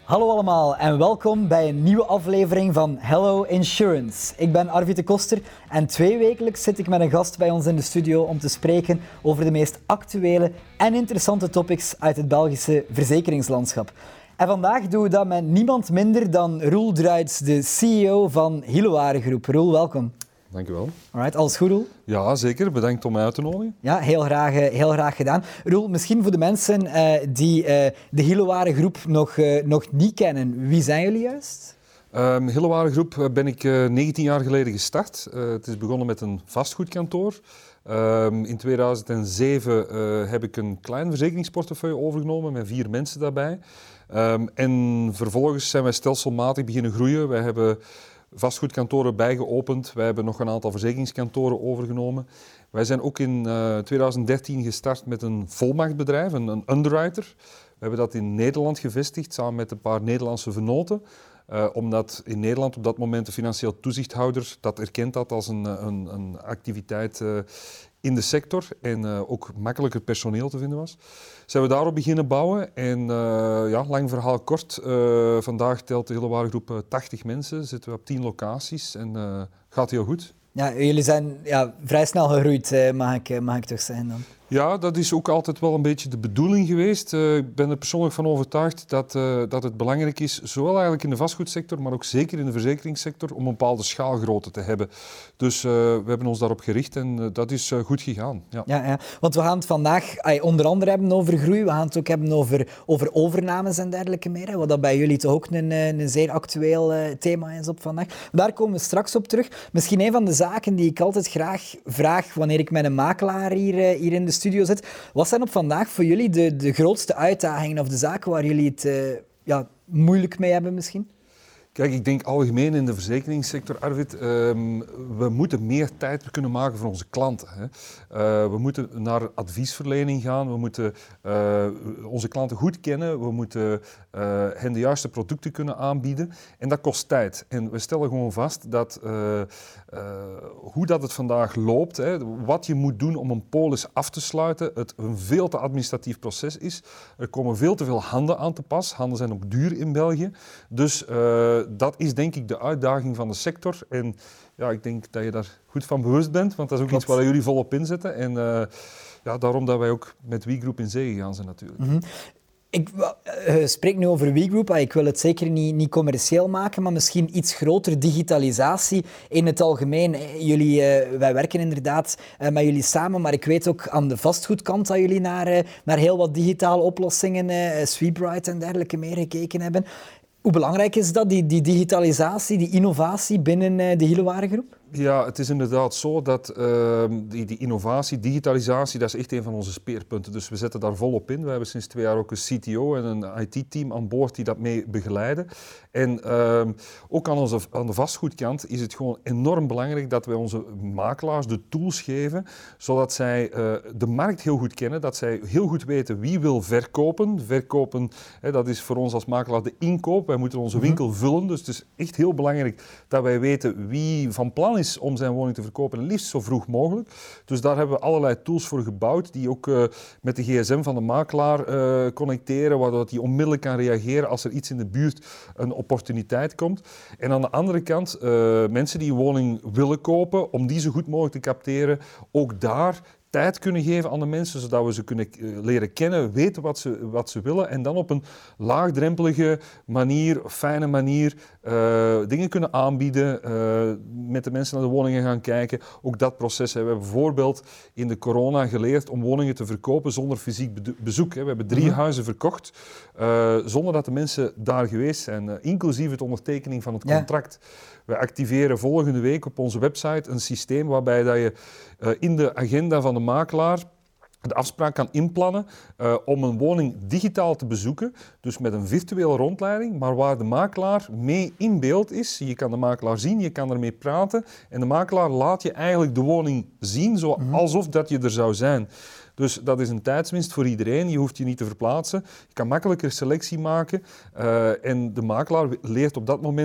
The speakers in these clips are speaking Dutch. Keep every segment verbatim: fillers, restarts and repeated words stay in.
Hallo allemaal en welkom bij een nieuwe aflevering van Hello Insurance. Ik ben Arvid de Koster en twee wekelijks zit ik met een gast bij ons in de studio om te spreken over de meest actuele en interessante topics uit het Belgische verzekeringslandschap. En vandaag doen we dat met niemand minder dan Roel Druijts, de C E O van Hiloare Groep. Roel, welkom. Dank u wel. Alright, alles goed, Roel? Ja, zeker. Bedankt om mij uit te nodigen. Ja, heel graag, heel graag gedaan. Roel, misschien voor de mensen uh, die uh, de Hiloare Groep nog, uh, nog niet kennen, wie zijn jullie juist? Um, Hiloare Groep ben ik uh, negentien jaar geleden gestart. Uh, het is begonnen met een vastgoedkantoor. Um, in tweeduizend zeven uh, heb ik een klein verzekeringsportefeuille overgenomen met vier mensen daarbij. Um, en vervolgens zijn wij stelselmatig beginnen groeien. Wij hebben vastgoedkantoren bijgeopend. Wij hebben nog een aantal verzekeringskantoren overgenomen. Wij zijn ook in uh, tweeduizend dertien gestart met een volmachtbedrijf, een, een underwriter. We hebben dat in Nederland gevestigd, samen met een paar Nederlandse vennoten. Uh, omdat in Nederland op dat moment de financieel toezichthouder dat erkend had als een, een, een activiteit uh, in de sector en uh, ook makkelijker personeel te vinden was. Zijn we daarop beginnen bouwen en uh, ja, lang verhaal kort. Uh, vandaag telt de Hiloare Groep uh, tachtig mensen, zitten we op tien locaties en uh, gaat heel goed. Ja, jullie zijn ja, vrij snel gegroeid, uh, mag, ik, mag ik toch zeggen dan? Ja, dat is ook altijd wel een beetje de bedoeling geweest. Uh, ik ben er persoonlijk van overtuigd dat, uh, dat het belangrijk is, zowel eigenlijk in de vastgoedsector, maar ook zeker in de verzekeringssector, om een bepaalde schaalgrootte te hebben. Dus uh, we hebben ons daarop gericht en uh, dat is uh, goed gegaan. Ja. Ja, ja, want we gaan het vandaag ay, onder andere hebben over groei, we gaan het ook hebben over, over overnames en dergelijke meer, hè, wat dat bij jullie toch ook een, een zeer actueel uh, thema is op vandaag. Daar komen we straks op terug. Misschien een van de zaken die ik altijd graag vraag wanneer ik met een makelaar hier, uh, hier in de studio zit. Wat zijn op vandaag voor jullie de, de grootste uitdagingen of de zaken waar jullie het uh, ja, moeilijk mee hebben misschien? Kijk, ik denk algemeen in de verzekeringssector, Arvid, uh, we moeten meer tijd kunnen maken voor onze klanten. Hè. Uh, we moeten naar adviesverlening gaan, we moeten uh, onze klanten goed kennen, we moeten uh, hen de juiste producten kunnen aanbieden en dat kost tijd. En we stellen gewoon vast dat uh, uh, hoe dat het vandaag loopt, hè, wat je moet doen om een polis af te sluiten, het een veel te administratief proces is. Er komen veel te veel handen aan te pas, handen zijn ook duur in België, dus uh, dat is denk ik de uitdaging van de sector en ja, ik denk dat je daar goed van bewust bent, want dat is ook Klopt. Iets waar jullie volop in zitten en uh, ja, daarom dat wij ook met WeGroup in zee gegaan zijn natuurlijk. Mm-hmm. Ik uh, spreek nu over WeGroup, ik wil het zeker niet, niet commercieel maken, maar misschien iets groter digitalisatie in het algemeen. Jullie, uh, wij werken inderdaad uh, met jullie samen, maar ik weet ook aan de vastgoedkant dat jullie naar, uh, naar heel wat digitale oplossingen, uh, SweepRite en dergelijke meer gekeken hebben. Hoe belangrijk is dat, die, die digitalisatie, die innovatie binnen uh, de Hiloare Groep? Ja, het is inderdaad zo dat uh, die, die innovatie, digitalisatie, dat is echt een van onze speerpunten. Dus we zetten daar volop in. We hebben sinds twee jaar ook een C T O en een I T-team aan boord die dat mee begeleiden. En uh, ook aan, onze, aan de vastgoedkant is het gewoon enorm belangrijk dat wij onze makelaars de tools geven, zodat zij uh, de markt heel goed kennen, dat zij heel goed weten wie wil verkopen. Verkopen, hè, dat is voor ons als makelaar de inkoop. Wij moeten onze winkel vullen, dus het is echt heel belangrijk dat wij weten wie van plan is is om zijn woning te verkopen en liefst zo vroeg mogelijk. Dus daar hebben we allerlei tools voor gebouwd die ook uh, met de gsm van de makelaar uh, connecteren, waardoor hij onmiddellijk kan reageren als er iets in de buurt een opportuniteit komt. En aan de andere kant, uh, mensen die een woning willen kopen, om die zo goed mogelijk te capteren, ook daar tijd kunnen geven aan de mensen, zodat we ze kunnen leren kennen, weten wat ze, wat ze willen en dan op een laagdrempelige manier, fijne manier, uh, dingen kunnen aanbieden, uh, met de mensen naar de woningen gaan kijken. Ook dat proces hebben we bijvoorbeeld in de corona geleerd om woningen te verkopen zonder fysiek bezoek. We hebben drie mm-hmm. huizen verkocht, uh, zonder dat de mensen daar geweest zijn, uh, inclusief het ondertekening van het contract. Ja. We activeren volgende week op onze website een systeem waarbij dat je uh, in de agenda van de makelaar de afspraak kan inplannen uh, om een woning digitaal te bezoeken, dus met een virtuele rondleiding, maar waar de makelaar mee in beeld is. Je kan de makelaar zien, je kan ermee praten en de makelaar laat je eigenlijk de woning zien, zo mm-hmm. alsof dat je er zou zijn. Dus dat is een tijdswinst voor iedereen. Je hoeft je niet te verplaatsen. Je kan makkelijker selectie maken uh, en de makelaar leert op dat moment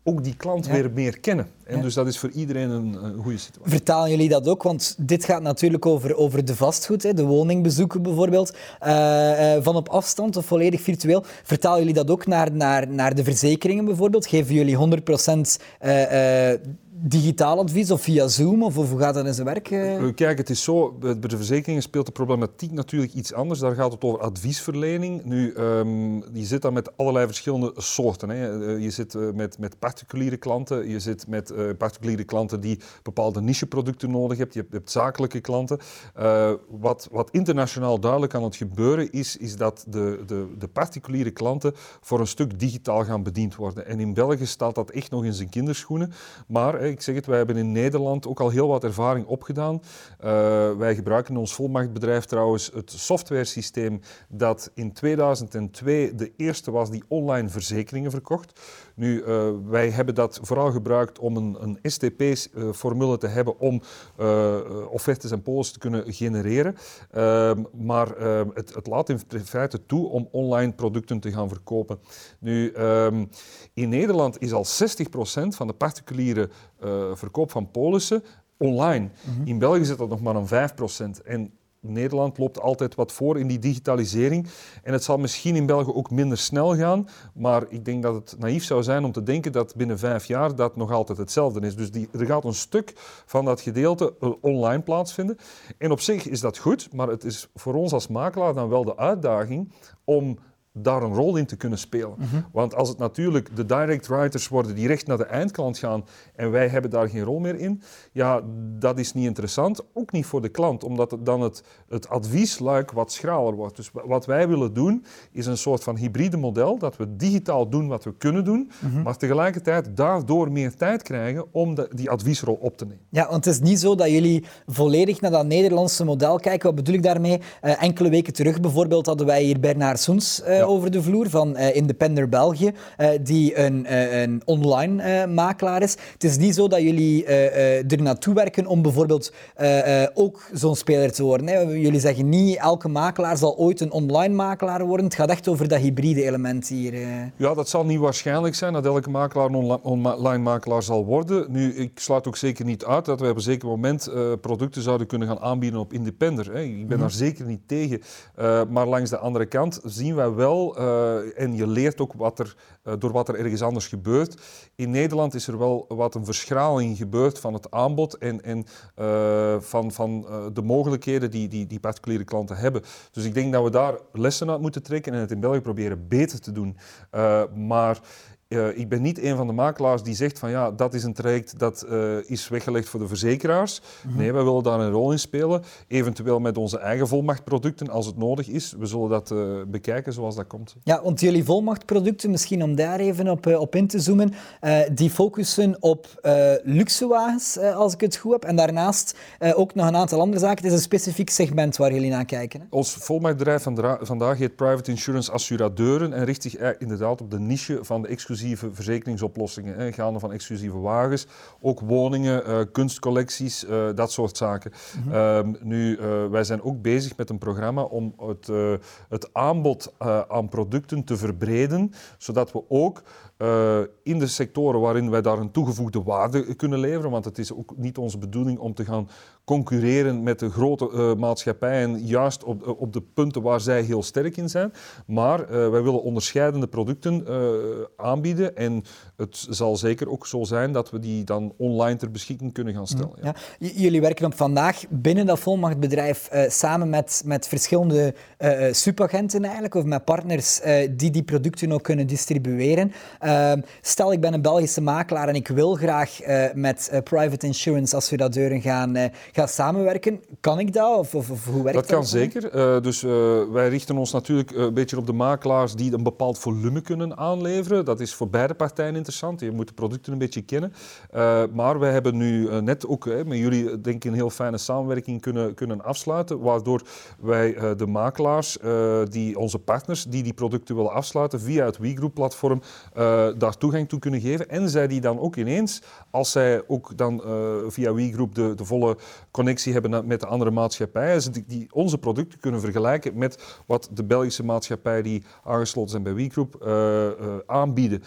ook die klant ja. weer meer kennen. En ja. dus dat is voor iedereen een, een goede situatie. Vertalen jullie dat ook? Want dit gaat natuurlijk over, over de vastgoed, hè, de woningbezoeken bijvoorbeeld, uh, uh, van op afstand of volledig virtueel. Vertalen jullie dat ook naar, naar, naar de verzekeringen bijvoorbeeld? Geven jullie honderd procent uh, uh, digitaal advies of via Zoom? Of, of hoe gaat dat in zijn werk? Uh? Kijk, het is zo, bij de verzekeringen speelt de problematiek natuurlijk iets anders. Daar gaat het over adviesverlening. Nu, um, je zit dan met allerlei verschillende soorten. Hè. Je zit uh, met, met particuliere klanten, je zit met uh, particuliere klanten die bepaalde nicheproducten nodig hebben, je hebt, je hebt zakelijke klanten. Uh, wat, wat internationaal duidelijk aan het gebeuren is, is dat de, de, de particuliere klanten voor een stuk digitaal gaan bediend worden. En in België staat dat echt nog in zijn kinderschoenen. Maar ik zeg het, wij hebben in Nederland ook al heel wat ervaring opgedaan. Uh, wij gebruiken in ons volmachtbedrijf trouwens het softwaresysteem dat in tweeduizend twee de eerste was die online verzekeringen verkocht. Nu, uh, wij hebben dat vooral gebruikt om een, een S T P-formule te hebben om uh, offertes en polissen te kunnen genereren. Uh, maar uh, het, het laat in feite toe om online producten te gaan verkopen. Nu, um, in Nederland is al zestig procent van de particuliere uh, verkoop van polissen online. Mm-hmm. In België zit dat nog maar aan vijf procent. En Nederland loopt altijd wat voor in die digitalisering. En het zal misschien in België ook minder snel gaan. Maar ik denk dat het naïef zou zijn om te denken dat binnen vijf jaar dat nog altijd hetzelfde is. Dus die, er gaat een stuk van dat gedeelte online plaatsvinden. En op zich is dat goed, maar het is voor ons als makelaar dan wel de uitdaging om daar een rol in te kunnen spelen. Mm-hmm. Want als het natuurlijk de direct writers worden die recht naar de eindklant gaan en wij hebben daar geen rol meer in, ja, dat is niet interessant. Ook niet voor de klant, omdat het dan het, het adviesluik wat schraler wordt. Dus wat wij willen doen, is een soort van hybride model, dat we digitaal doen wat we kunnen doen, mm-hmm. maar tegelijkertijd daardoor meer tijd krijgen om de, die adviesrol op te nemen. Ja, want het is niet zo dat jullie volledig naar dat Nederlandse model kijken. Wat bedoel ik daarmee? Uh, enkele weken terug bijvoorbeeld hadden wij hier Bernard Soens uh, ja. over de vloer van uh, Independer België, uh, die een, uh, een online uh, makelaar is. Het is niet zo dat jullie uh, uh, er naartoe werken om bijvoorbeeld uh, uh, ook zo'n speler te worden. Hè. Jullie zeggen niet, elke makelaar zal ooit een online makelaar worden. Het gaat echt over dat hybride element hier. Uh. Ja, dat zal niet waarschijnlijk zijn dat elke makelaar een onla- online makelaar zal worden. Nu, ik sluit ook zeker niet uit dat we op een zeker moment uh, producten zouden kunnen gaan aanbieden op Independer. Hè. Ik ben mm-hmm. daar zeker niet tegen. Uh, maar langs de andere kant zien wij wel, uh, en je leert ook wat er, uh, door wat er ergens anders gebeurt. In Nederland is er wel wat een verschraling gebeurd van het aanbod en, en uh, van, van uh, de mogelijkheden die, die die particuliere klanten hebben. Dus ik denk dat we daar lessen uit moeten trekken en het in België proberen beter te doen. Uh, maar Uh, ik ben niet een van de makelaars die zegt van ja, dat is een traject dat uh, is weggelegd voor de verzekeraars. Mm-hmm. Nee, wij willen daar een rol in spelen. Eventueel met onze eigen volmachtproducten als het nodig is. We zullen dat uh, bekijken zoals dat komt. Ja, want jullie volmachtproducten, misschien om daar even op, uh, op in te zoomen, uh, die focussen op uh, luxewagens, uh, als ik het goed heb. En daarnaast uh, ook nog een aantal andere zaken. Het is een specifiek segment waar jullie naar kijken. Hè? Ons volmachtbedrijf vandra- vandaag heet Private Insurance Assuradeuren en richt zich uh, inderdaad op de niche van de exclusieve verzekeringsoplossingen, hè, gaande van exclusieve wagens, ook woningen, uh, kunstcollecties, uh, dat soort zaken. Mm-hmm. Um, nu, uh, wij zijn ook bezig met een programma om het, uh, het aanbod uh, aan producten te verbreden, zodat we ook uh, in de sectoren waarin wij daar een toegevoegde waarde kunnen leveren, want het is ook niet onze bedoeling om te gaan concurreren met de grote uh, maatschappijen, juist op, uh, op de punten waar zij heel sterk in zijn. Maar uh, wij willen onderscheidende producten uh, aanbieden en het zal zeker ook zo zijn dat we die dan online ter beschikking kunnen gaan stellen. Ja. Ja. J- jullie werken op vandaag binnen dat volmachtbedrijf uh, samen met, met verschillende uh, subagenten eigenlijk, of met partners uh, die die producten ook kunnen distribueren. Uh, stel, ik ben een Belgische makelaar en ik wil graag uh, met uh, Private Insurance Assuradeuren gaan, uh, gaan samenwerken. Kan ik dat? Of, of, of hoe werkt dat? Dat kan zeker. Uh, dus uh, wij richten ons natuurlijk een beetje op de makelaars die een bepaald volume kunnen aanleveren. Dat is voor beide partijen interessant. Je moet de producten een beetje kennen. Uh, maar wij hebben nu uh, net ook uh, met jullie denk ik een heel fijne samenwerking kunnen, kunnen afsluiten, waardoor wij uh, de makelaars, uh, die, onze partners, die die producten willen afsluiten via het WeGroup-platform, uh, daar toegang toe kunnen geven. En zij die dan ook ineens, als zij ook dan uh, via WeGroup de, de volle connectie hebben met de andere maatschappijen, die, die onze producten kunnen vergelijken met wat de Belgische maatschappijen die aangesloten zijn bij WeGroup uh, uh, aanbieden.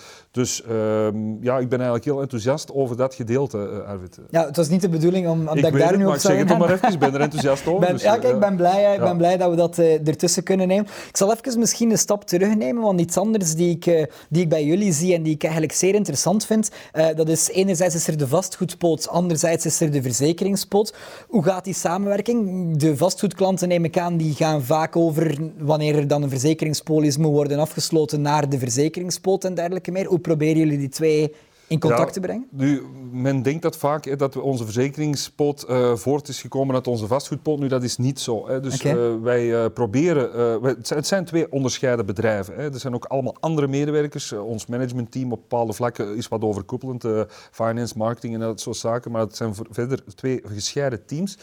Dus um, ja, ik ben eigenlijk heel enthousiast over dat gedeelte, uh, Arvid. Ja, het was niet de bedoeling om, om ik dat ik daar nu op zou gaan. Ik zeg het nog maar even, ik ben er enthousiast over. Ben, dus, ja, kijk, ik uh, ben blij, ik ja. ben blij dat we dat uh, ertussen kunnen nemen. Ik zal even misschien een stap terugnemen, want iets anders die ik, uh, die ik bij jullie zie en die ik eigenlijk zeer interessant vind, uh, dat is enerzijds is er de vastgoedpoot, anderzijds is er de verzekeringspoot. Hoe gaat die samenwerking? De vastgoedklanten, neem ik aan, die gaan vaak over wanneer er dan een verzekeringspolis moet worden afgesloten naar de verzekeringspoot en dergelijke meer. Hoe proberen jullie die twee in contact ja, te brengen? Nu, men denkt dat vaak, hè, dat onze verzekeringspoot uh, voort is gekomen uit onze vastgoedpoot. Nu, dat is niet zo. Hè. Dus okay. uh, wij uh, proberen... Uh, wij, het, zijn, het zijn twee onderscheiden bedrijven. Hè. Er zijn ook allemaal andere medewerkers. Uh, ons managementteam op bepaalde vlakken is wat overkoepelend. Uh, finance, marketing en dat soort zaken. Maar het zijn verder twee gescheiden teams.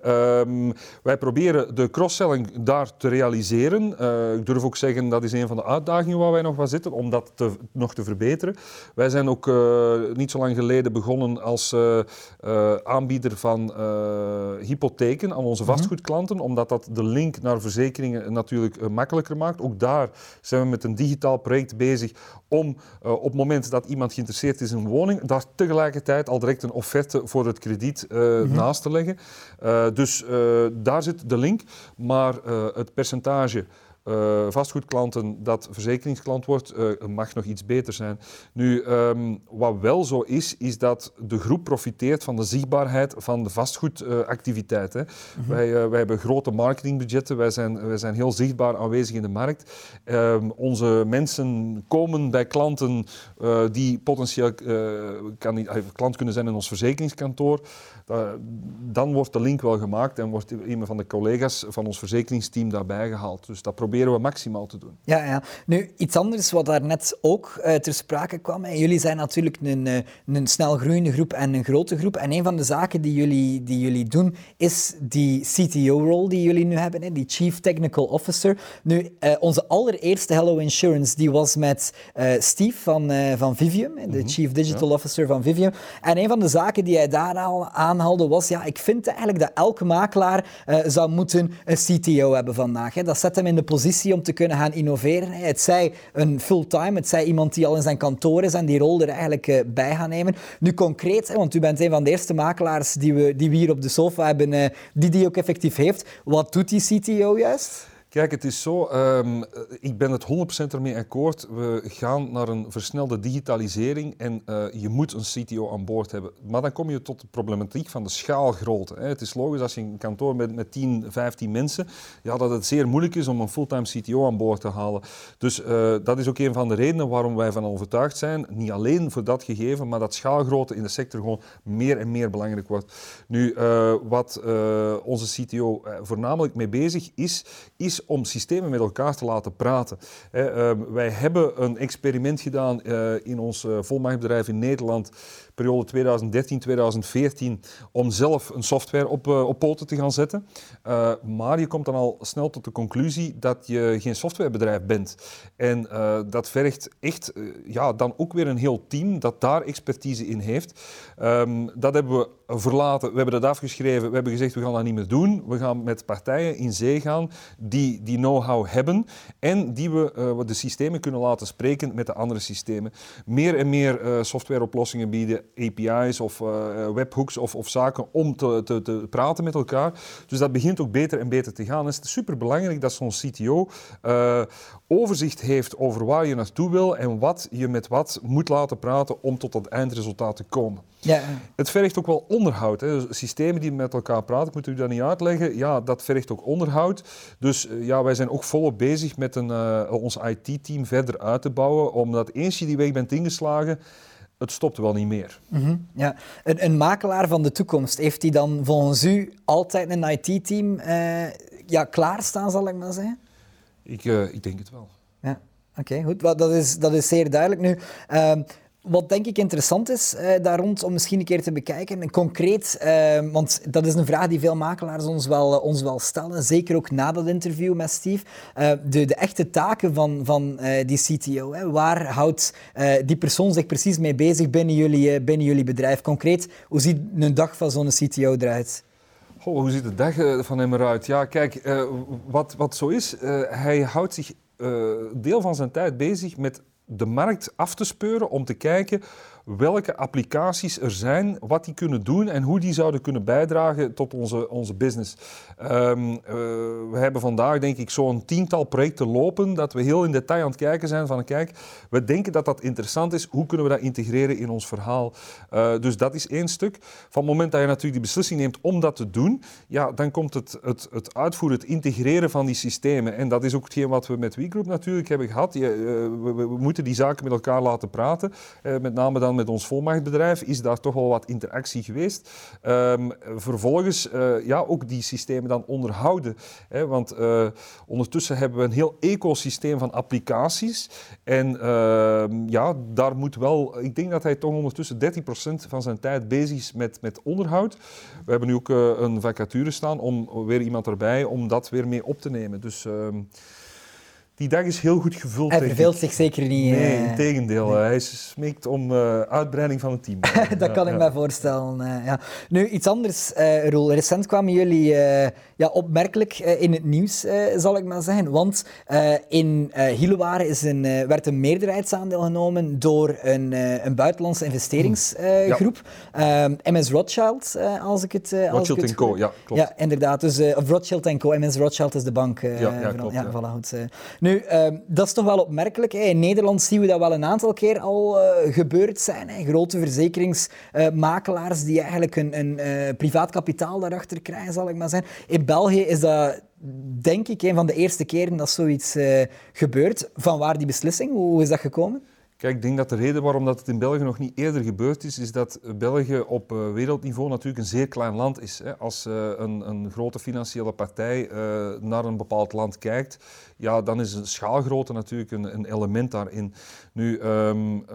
Um, wij proberen de cross-selling daar te realiseren. Uh, ik durf ook zeggen, dat is een van de uitdagingen waar wij nog wat zitten, om dat te, nog te verbeteren. Wij zijn ook... Uh, Uh, niet zo lang geleden begonnen als uh, uh, aanbieder van uh, hypotheken aan onze vastgoedklanten, omdat dat de link naar verzekeringen natuurlijk uh, makkelijker maakt. Ook daar zijn we met een digitaal project bezig om uh, op het moment dat iemand geïnteresseerd is in een woning, daar tegelijkertijd al direct een offerte voor het krediet uh, mm-hmm. naast te leggen. Uh, dus uh, daar zit de link, maar uh, het percentage Uh, vastgoedklanten dat verzekeringsklant wordt, uh, mag nog iets beter zijn. Nu, um, wat wel zo is, is dat de groep profiteert van de zichtbaarheid van de vastgoedactiviteit. Uh, mm-hmm. wij, uh, wij hebben grote marketingbudgetten, wij zijn, wij zijn heel zichtbaar aanwezig in de markt. Um, onze mensen komen bij klanten uh, die potentieel uh, kan, uh, klant kunnen zijn in ons verzekeringskantoor. Uh, dan wordt de link wel gemaakt en wordt een van de collega's van ons verzekeringsteam daarbij gehaald. Dus dat proberen we maximaal te doen. Ja, ja. Nu, iets anders wat daarnet ook uh, ter sprake kwam. En jullie zijn natuurlijk een, uh, een snel groeiende groep en een grote groep. En een van de zaken die jullie, die jullie doen, is die C T O-rol die jullie nu hebben, hè, die Chief Technical Officer. Nu, uh, onze allereerste Hello Insurance, die was met uh, Steve van, uh, van Vivium, de mm-hmm. Chief Digital ja. Officer van Vivium. En een van de zaken die hij daar al aanhaalde was, ja, ik vind eigenlijk dat elke makelaar uh, zou moeten een C T O hebben vandaag. Hè. Dat zet hem in de positie om te kunnen gaan innoveren. Het zij een fulltime, het zij iemand die al in zijn kantoor is en die rol er eigenlijk uh, bij gaan nemen. Nu concreet, hè, want u bent een van de eerste makelaars die we, die we hier op de sofa hebben, uh, die die ook effectief heeft. Wat doet die C T O juist? Kijk, het is zo, um, ik ben het honderd procent ermee akkoord. We gaan naar een versnelde digitalisering en uh, je moet een C T O aan boord hebben. Maar dan kom je tot de problematiek van de schaalgrootte. Hè. Het is logisch als je een kantoor met, met tien, vijftien mensen, ja, dat het zeer moeilijk is om een fulltime C T O aan boord te halen. Dus uh, dat is ook een van de redenen waarom wij van overtuigd zijn, niet alleen voor dat gegeven, maar dat schaalgrootte in de sector gewoon meer en meer belangrijk wordt. Nu, uh, wat uh, onze C T O uh, voornamelijk mee bezig is, is om systemen met elkaar te laten praten. He, uh, wij hebben een experiment gedaan uh, in ons uh, volmachtbedrijf in Nederland, periode tweeduizend dertien tweeduizend veertien, om zelf een software op, uh, op poten te gaan zetten. Uh, maar je komt dan al snel tot de conclusie dat je geen softwarebedrijf bent. En uh, dat vergt echt uh, ja, dan ook weer een heel team dat daar expertise in heeft. Um, dat hebben we verlaten, we hebben dat afgeschreven, we hebben gezegd we gaan dat niet meer doen. We gaan met partijen in zee gaan die die know-how hebben en die we uh, de systemen kunnen laten spreken met de andere systemen. Meer en meer uh, softwareoplossingen bieden, A P I's of uh, webhooks of, of zaken om te, te, te praten met elkaar. Dus dat begint ook beter en beter te gaan. En het is superbelangrijk dat zo'n C T O uh, overzicht heeft over waar je naartoe wil en wat je met wat moet laten praten om tot dat eindresultaat te komen. Ja. Het vergt ook wel onderhoud. Hè. Dus systemen die met elkaar praten, ik moet u dat niet uitleggen, ja, dat vergt ook onderhoud. Dus uh, ja, wij zijn ook volop bezig met een, uh, ons I T-team verder uit te bouwen, omdat eens je die weg bent ingeslagen, het stopt wel niet meer. Mm-hmm, ja. een, een makelaar van de toekomst, heeft hij dan volgens u altijd een I T-team uh, ja, klaarstaan, zal ik maar zeggen? Ik, uh, ik denk het wel. Ja, oké, okay, goed. Dat is, dat is zeer duidelijk nu. Uh, Wat denk ik interessant is uh, daar rond om misschien een keer te bekijken, concreet, uh, want dat is een vraag die veel makelaars ons wel, uh, ons wel stellen, zeker ook na dat interview met Steve, uh, de, de echte taken van, van uh, die C T O. Hè. Waar houdt uh, die persoon zich precies mee bezig binnen jullie, uh, binnen jullie bedrijf? Concreet, hoe ziet een dag van zo'n C T O eruit? Oh, hoe ziet de dag uh, van hem eruit? Ja, kijk, uh, wat, wat zo is, uh, hij houdt zich uh, deel van zijn tijd bezig met de markt af te speuren om te kijken welke applicaties er zijn, wat die kunnen doen en hoe die zouden kunnen bijdragen tot onze, onze business. Um, uh, we hebben vandaag denk ik zo'n tiental projecten lopen dat we heel in detail aan het kijken zijn van kijk, we denken dat dat interessant is, hoe kunnen we dat integreren in ons verhaal? Uh, dus dat is één stuk. Van het moment dat je natuurlijk die beslissing neemt om dat te doen, ja, dan komt het, het, het uitvoeren, het integreren van die systemen. En dat is ook hetgeen wat we met WeGroup natuurlijk hebben gehad. Je, uh, we, we moeten die zaken met elkaar laten praten, uh, met name dan met ons volmachtbedrijf is daar toch wel wat interactie geweest. Um, vervolgens uh, ja, ook die systemen dan onderhouden. Hè, want uh, ondertussen hebben we een heel ecosysteem van applicaties. En uh, ja, daar moet wel... Ik denk dat hij toch ondertussen dertig procent van zijn tijd bezig is met, met onderhoud. We hebben nu ook uh, een vacature staan om weer iemand erbij om dat weer mee op te nemen. Dus... Uh, Die dag is heel goed gevuld. Hij verveelt zich zeker niet. Nee, uh, integendeel. Nee. Hij smeekt om uh, uitbreiding van het team. Dat ja, kan ik ja. me voorstellen. Uh, ja. Nu, iets anders, uh, Roel. Recent kwamen jullie uh, ja, opmerkelijk uh, in het nieuws, uh, zal ik maar zeggen. Want uh, in uh, Hielewaren is een, uh, werd een meerderheidsaandeel genomen door een, uh, een buitenlandse investeringsgroep. Uh, ja. uh, M S Rothschild, uh, als ik het uh, Rothschild als ik het en Co, ja, klopt. Ja, inderdaad. Dus, uh, of Rothschild en Co. M S Rothschild is de bank. Uh, ja, ja, klopt. Ja, Ja. voilà, goed. Uh. Nu, uh, dat is toch wel opmerkelijk. Hè. In Nederland zien we dat wel een aantal keer al uh, gebeurd zijn. Hè. Grote verzekeringsmakelaars uh, die eigenlijk een, een uh, privaat kapitaal daarachter krijgen, zal ik maar zeggen. In België is dat, denk ik, een van de eerste keren dat zoiets uh, gebeurt. Vanwaar die beslissing? Hoe is dat gekomen? Kijk, ik denk dat de reden waarom dat het in België nog niet eerder gebeurd is, is dat België op uh, wereldniveau natuurlijk een zeer klein land is. Hè. Als uh, een, een grote financiële partij uh, naar een bepaald land kijkt, ja, dan is een schaalgrootte natuurlijk een, een element daarin. Nu, um, uh,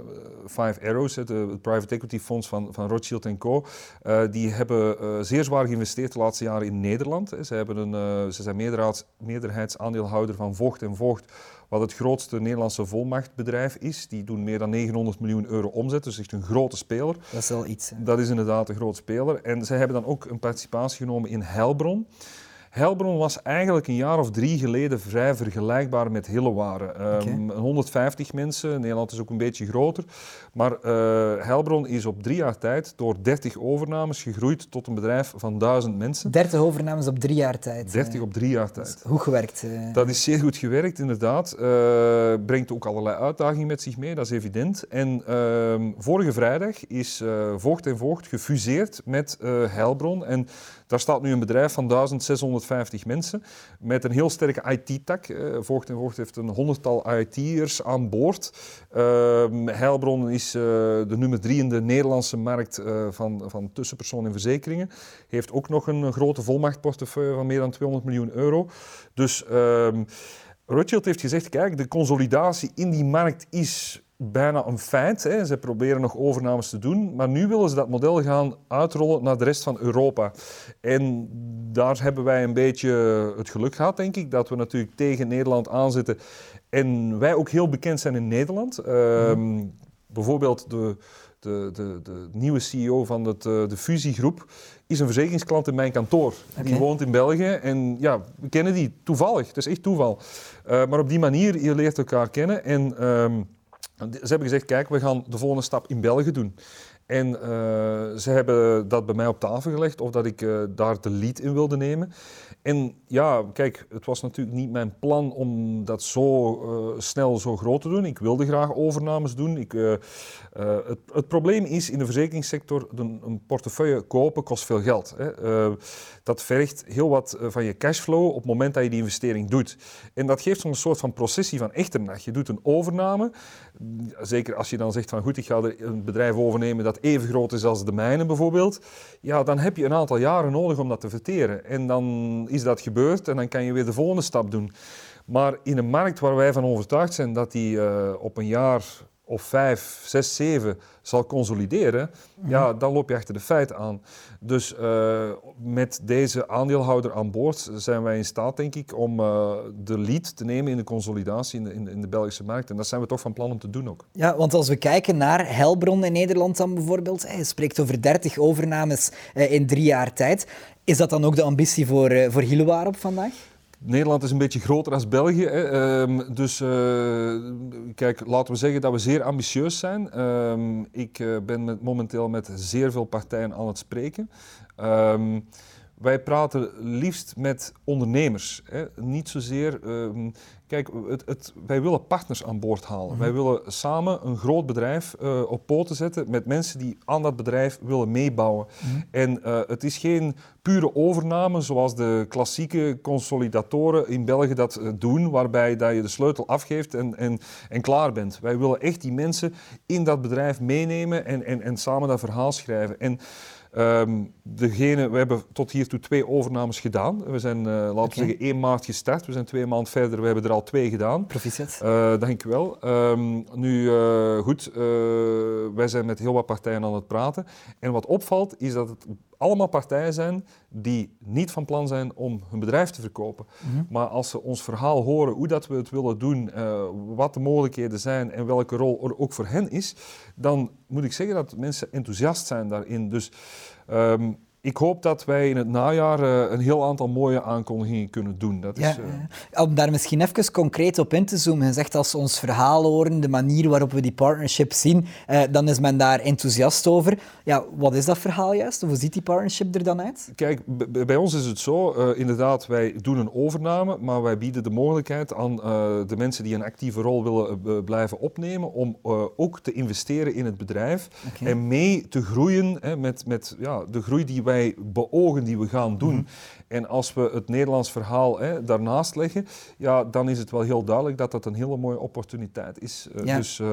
Five Arrows, het, het private equity fonds van, van Rothschild en Co, uh, die hebben uh, zeer zwaar geïnvesteerd de laatste jaren in Nederland. Hè. Ze, hebben een, uh, ze zijn meerderheids, meerderheidsaandeelhouder van Vogt en Vogt, wat het grootste Nederlandse volmachtbedrijf is. Die doen meer dan negenhonderd miljoen euro omzet, dus echt een grote speler. Dat is wel iets. Hè? Dat is inderdaad een grote speler. En zij hebben dan ook een participatie genomen in Heilbron. Heilbron was eigenlijk een jaar of drie geleden vrij vergelijkbaar met Hielewaren. Okay. Um, honderdvijftig mensen, Nederland is ook een beetje groter. Maar uh, Heilbron is op drie jaar tijd door dertig overnames gegroeid tot een bedrijf van duizend mensen. dertig overnames op drie jaar tijd. dertig op drie jaar tijd. Goed gewerkt. Uh. Dat is zeer goed gewerkt, inderdaad. Uh, brengt ook allerlei uitdagingen met zich mee, dat is evident. En uh, vorige vrijdag is uh, Vogt en Vogt gefuseerd met uh, Heilbron. En daar staat nu een bedrijf van duizend zeshonderdvijftig mensen met een heel sterke I T-tak. Uh, Vogt en Vogt heeft een honderdtal I T'ers aan boord. Uh, Heilbron is uh, de nummer drie in de Nederlandse markt uh, van, van tussenpersoon en verzekeringen. Heeft ook nog een grote volmachtportefeuille van meer dan tweehonderd miljoen euro. Dus uh, Rothschild heeft gezegd, kijk, de consolidatie in die markt is bijna een feit. Hè. Ze proberen nog overnames te doen, maar nu willen ze dat model gaan uitrollen naar de rest van Europa. En daar hebben wij een beetje het geluk gehad, denk ik, dat we natuurlijk tegen Nederland aanzitten en wij ook heel bekend zijn in Nederland. Uh, mm. Bijvoorbeeld de, de, de, de nieuwe C E O van het, de fusiegroep is een verzekeringsklant in mijn kantoor. Okay. Die woont in België en ja, we kennen die toevallig. Het is echt toeval. Uh, maar op die manier, je leert elkaar kennen en um, ze hebben gezegd, kijk, we gaan de volgende stap in België doen. En uh, ze hebben dat bij mij op tafel gelegd, of dat ik uh, daar de lead in wilde nemen. En ja, kijk, het was natuurlijk niet mijn plan om dat zo uh, snel zo groot te doen. Ik wilde graag overnames doen. Ik, uh, uh, het, het probleem is in de verzekeringssector, een, een portefeuille kopen kost veel geld. Hè. Uh, dat vergt heel wat uh, van je cashflow op het moment dat je die investering doet. En dat geeft zo'n soort van processie van echternach. Je doet een overname, zeker als je dan zegt van goed, ik ga een bedrijf overnemen dat even groot is als de mijne bijvoorbeeld. Ja, dan heb je een aantal jaren nodig om dat te verteren. En dan is dat gebeurd en dan kan je weer de volgende stap doen. Maar in een markt waar wij van overtuigd zijn dat die uh, op een jaar of vijf, zes, zeven zal consolideren, mm-hmm. ja, dan loop je achter de feiten aan. Dus uh, met deze aandeelhouder aan boord zijn wij in staat, denk ik, om uh, de lead te nemen in de consolidatie in de, in, de, in de Belgische markt. En dat zijn we toch van plan om te doen ook. Ja, want als we kijken naar Heilbron in Nederland dan bijvoorbeeld, je spreekt over dertig overnames uh, in drie jaar tijd. Is dat dan ook de ambitie voor, uh, voor Hielewaren op vandaag? Ik Nederland is een beetje groter dan België. Hè. Um, dus uh, kijk, laten we zeggen dat we zeer ambitieus zijn. Um, ik uh, ben met, momenteel met zeer veel partijen aan het spreken. Um, wij praten liefst met ondernemers. Hè. Niet zozeer... Um, kijk, het, het, wij willen partners aan boord halen. Mm-hmm. Wij willen samen een groot bedrijf uh, op poten zetten met mensen die aan dat bedrijf willen meebouwen. Mm-hmm. En uh, het is geen pure overname zoals de klassieke consolidatoren in België dat uh, doen, waarbij dat je de sleutel afgeeft en, en, en klaar bent. Wij willen echt die mensen in dat bedrijf meenemen en, en, en samen dat verhaal schrijven. En Um, degene, we hebben tot hiertoe twee overnames gedaan. We zijn, uh, laten okay. we zeggen, één maart gestart. We zijn twee maanden verder, we hebben er al twee gedaan. Proficiat. Uh, dank u wel. Um, nu, uh, goed, uh, wij zijn met heel wat partijen aan het praten. En wat opvalt, is dat het allemaal partijen zijn die niet van plan zijn om hun bedrijf te verkopen. Mm-hmm. Maar als ze ons verhaal horen, hoe dat we het willen doen, uh, wat de mogelijkheden zijn en welke rol er ook voor hen is, dan moet ik zeggen dat mensen enthousiast zijn daarin. Dus um, ik hoop dat wij in het najaar uh, een heel aantal mooie aankondigingen kunnen doen. Dat ja, is, uh... ja. Om daar misschien even concreet op in te zoomen. Je zegt als ze ons verhaal horen, de manier waarop we die partnership zien, uh, dan is men daar enthousiast over. Ja, wat is dat verhaal juist? Of hoe ziet die partnership er dan uit? Kijk, b- bij ons is het zo, uh, inderdaad, wij doen een overname, maar wij bieden de mogelijkheid aan uh, de mensen die een actieve rol willen uh, blijven opnemen, om uh, ook te investeren in het bedrijf okay. en mee te groeien hè, met, met ja, de groei die wij wij beogen die we gaan doen. Mm-hmm. En als we het Nederlands verhaal hè, daarnaast leggen, ja, dan is het wel heel duidelijk dat dat een hele mooie opportuniteit is. Uh, ja. Dus uh,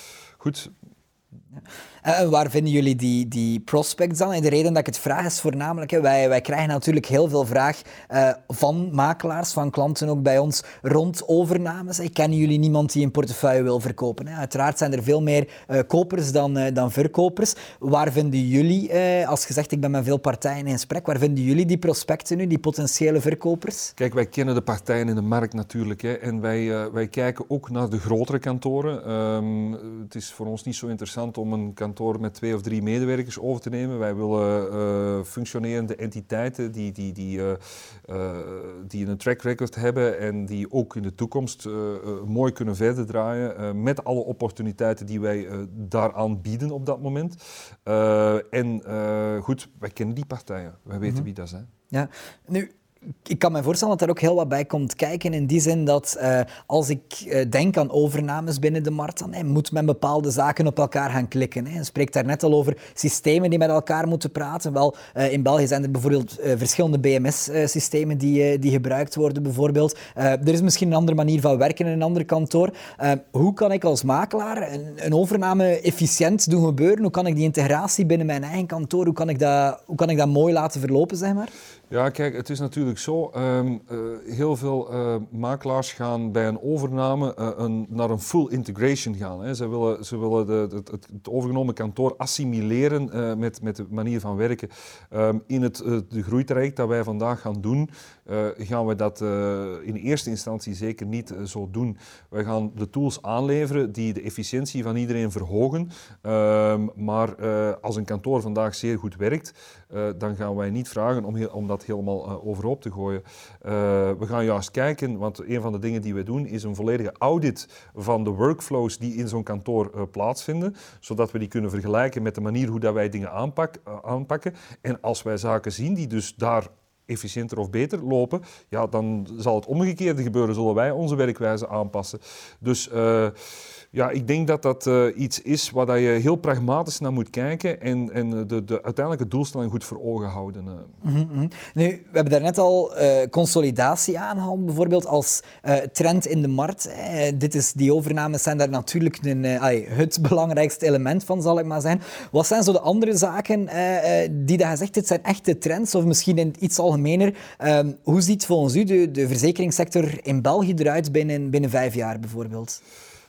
goed. Ja. En waar vinden jullie die, die prospects dan? En de reden dat ik het vraag is voornamelijk, hè, wij, wij krijgen natuurlijk heel veel vraag uh, van makelaars, van klanten ook bij ons rond overnames. Hè. Kennen jullie niemand die een portefeuille wil verkopen? Hè? Uiteraard zijn er veel meer uh, kopers dan, uh, dan verkopers. Waar vinden jullie, uh, als gezegd ik ben met veel partijen in gesprek, waar vinden jullie die prospecten nu, die potentiële verkopers? Kijk, wij kennen de partijen in de markt natuurlijk. Hè, en wij, uh, wij kijken ook naar de grotere kantoren. Um, het is voor ons niet zo interessant om een kantoor met twee of drie medewerkers over te nemen. Wij willen uh, functionerende entiteiten die, die, die, uh, uh, die een track record hebben en die ook in de toekomst uh, uh, mooi kunnen verder draaien uh, met alle opportuniteiten die wij uh, daaraan bieden op dat moment. Uh, en uh, goed, wij kennen die partijen. Wij weten mm-hmm. wie dat zijn. Ja, nu... Ik kan me voorstellen dat er ook heel wat bij komt kijken, in die zin dat uh, als ik uh, denk aan overnames binnen de markt, dan hey, moet men bepaalde zaken op elkaar gaan klikken. Hè. Je spreekt daar net al over systemen die met elkaar moeten praten. Wel, uh, in België zijn er bijvoorbeeld uh, verschillende B M S-systemen die, uh, die gebruikt worden. Bijvoorbeeld. Uh, er is misschien een andere manier van werken in een ander kantoor. Uh, hoe kan ik als makelaar een, een overname efficiënt doen gebeuren? Hoe kan ik die integratie binnen mijn eigen kantoor, hoe kan ik dat, hoe kan ik dat mooi laten verlopen, zeg maar? Ja, kijk, het is natuurlijk zo. Um, uh, heel veel uh, makelaars gaan bij een overname uh, een, naar een full integration gaan. Hè. Ze willen, ze willen de, de, het, het overgenomen kantoor assimileren uh, met, met de manier van werken. Um, in het uh, de groeitraject dat wij vandaag gaan doen, uh, gaan we dat uh, in eerste instantie zeker niet uh, zo doen. Wij gaan de tools aanleveren die de efficiëntie van iedereen verhogen. Um, maar uh, als een kantoor vandaag zeer goed werkt, uh, dan gaan wij niet vragen om, heel, om dat helemaal uh, overhoop te gooien. Uh, we gaan juist kijken, want een van de dingen die we doen is een volledige audit van de workflows die in zo'n kantoor uh, plaatsvinden, zodat we die kunnen vergelijken met de manier hoe dat wij dingen aanpak, uh, aanpakken. En als wij zaken zien die dus daar efficiënter of beter lopen, ja, dan zal het omgekeerde gebeuren, zullen wij onze werkwijze aanpassen. Dus uh, ja, ik denk dat dat uh, iets is waar je heel pragmatisch naar moet kijken en, en de, de uiteindelijke doelstelling goed voor ogen houden. Uh. Mm-hmm. Nu, we hebben daarnet al uh, consolidatie aangehaald, bijvoorbeeld als uh, trend in de markt. Uh, dit is, die overnames zijn daar natuurlijk een, uh, ay, het belangrijkste element van, zal ik maar zeggen. Wat zijn zo de andere zaken uh, uh, die dat je zegt, dit zijn echte trends, of misschien in iets algemener. Uh, hoe ziet volgens u de, de verzekeringssector in België eruit binnen, binnen vijf jaar bijvoorbeeld?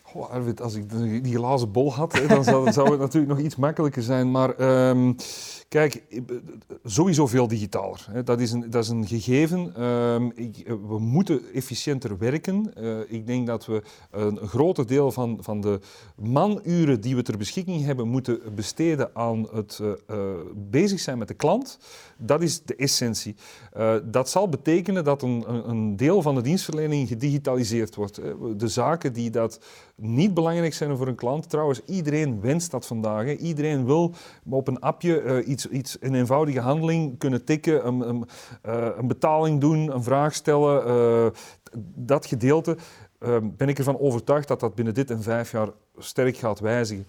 Oh, Arvid, als ik die glazen bol had, hè, dan zou, zou het natuurlijk nog iets makkelijker zijn. Maar um, kijk, sowieso veel digitaler. Hè. Dat is een, dat is een gegeven. Um, ik, we moeten efficiënter werken. Uh, ik denk dat we een, een groter deel van, van de manuren die we ter beschikking hebben, moeten besteden aan het uh, uh, bezig zijn met de klant. Dat is de essentie. Uh, dat zal betekenen dat een, een deel van de dienstverlening gedigitaliseerd wordt. De zaken die dat niet belangrijk zijn voor een klant. Trouwens, iedereen wenst dat vandaag. Hè. Iedereen wil op een appje uh, iets, iets, een eenvoudige handeling kunnen tikken, een, een, uh, een betaling doen, een vraag stellen. Uh, dat gedeelte uh, ben ik ervan overtuigd dat dat binnen dit en vijf jaar sterk gaat wijzigen.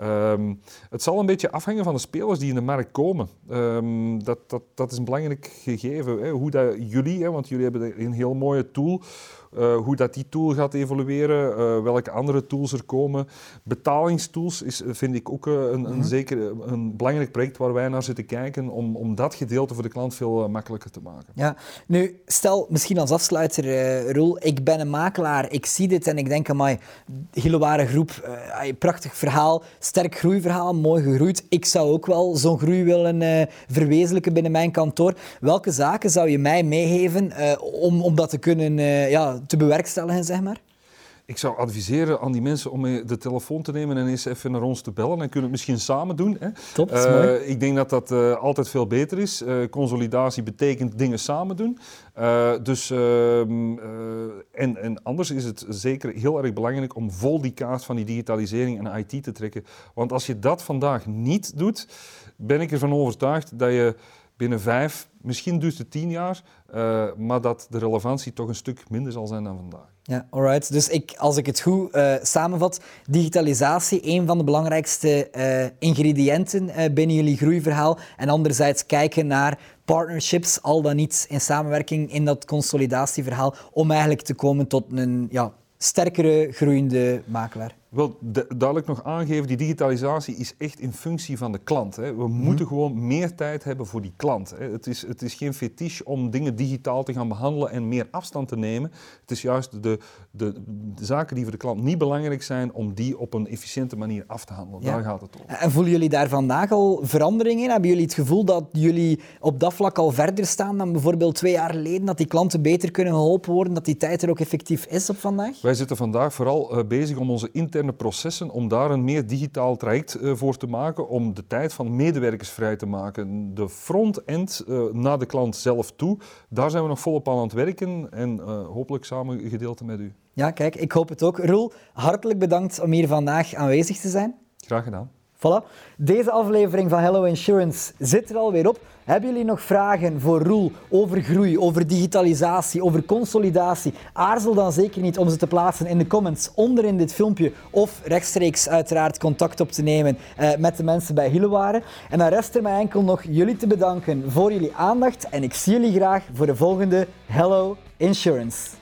Um, het zal een beetje afhangen van de spelers die in de markt komen. Um, dat, dat, dat is een belangrijk gegeven. Hè. Hoe dat jullie, hè, want jullie hebben een heel mooie tool, uh, hoe dat die tool gaat evolueren, uh, welke andere tools er komen. Betalingstools is, vind ik ook uh, een, een, mm-hmm. zeker een belangrijk project waar wij naar zitten kijken om, om dat gedeelte voor de klant veel uh, makkelijker te maken. Ja, nu stel misschien als afsluiter, uh, Roel, ik ben een makelaar, ik zie dit en ik denk, amai, Gilloire Groep, uh, prachtig verhaal, sterk groeiverhaal, mooi gegroeid. Ik zou ook wel zo'n groei willen uh, verwezenlijken binnen mijn kantoor. Welke zaken zou je mij meegeven uh, om, om dat te kunnen uh, ja, te bewerkstelligen, zeg maar? Ik zou adviseren aan die mensen om de telefoon te nemen en eens even naar ons te bellen. Dan kunnen we het misschien samen doen. Hè. Top, dat is uh, mooi. Ik denk dat dat uh, altijd veel beter is. Uh, consolidatie betekent dingen samen doen. Uh, dus, uh, uh, en, en anders is het zeker heel erg belangrijk om vol die kaart van die digitalisering en I T te trekken. Want als je dat vandaag niet doet, ben ik ervan overtuigd dat je binnen vijf, misschien duurt het tien jaar, uh, maar dat de relevantie toch een stuk minder zal zijn dan vandaag. Ja, alright. Dus ik, als ik het goed uh, samenvat, digitalisatie, een van de belangrijkste uh, ingrediënten uh, binnen jullie groeiverhaal. En anderzijds kijken naar partnerships, al dan niet in samenwerking in dat consolidatieverhaal, om eigenlijk te komen tot een ja, sterkere, groeiende makelaar. Wel, duidelijk nog aangeven, die digitalisatie is echt in functie van de klant. Hè. We mm-hmm. moeten gewoon meer tijd hebben voor die klant. Hè. Het is, het is geen fetiche om dingen digitaal te gaan behandelen en meer afstand te nemen. Het is juist de, de, de zaken die voor de klant niet belangrijk zijn, om die op een efficiënte manier af te handelen. Ja. Daar gaat het om. En voelen jullie daar vandaag al verandering in? Hebben jullie het gevoel dat jullie op dat vlak al verder staan dan bijvoorbeeld twee jaar geleden? Dat die klanten beter kunnen geholpen worden? Dat die tijd er ook effectief is op vandaag? Wij zitten vandaag vooral uh, bezig om onze interne processen, om daar een meer digitaal traject uh, voor te maken, om de tijd van medewerkers vrij te maken. De front-end uh, naar de klant zelf toe, daar zijn we nog volop aan aan het werken en uh, hopelijk samen gedeelte met u. Ja, kijk, ik hoop het ook. Roel, hartelijk bedankt om hier vandaag aanwezig te zijn. Graag gedaan. Voilà. Deze aflevering van Hello Insurance zit er alweer op. Hebben jullie nog vragen voor Roel over groei, over digitalisatie, over consolidatie? Aarzel dan zeker niet om ze te plaatsen in de comments onder in dit filmpje of rechtstreeks uiteraard contact op te nemen uh, met de mensen bij Gilloire. En dan rest er mij enkel nog jullie te bedanken voor jullie aandacht en ik zie jullie graag voor de volgende Hello Insurance.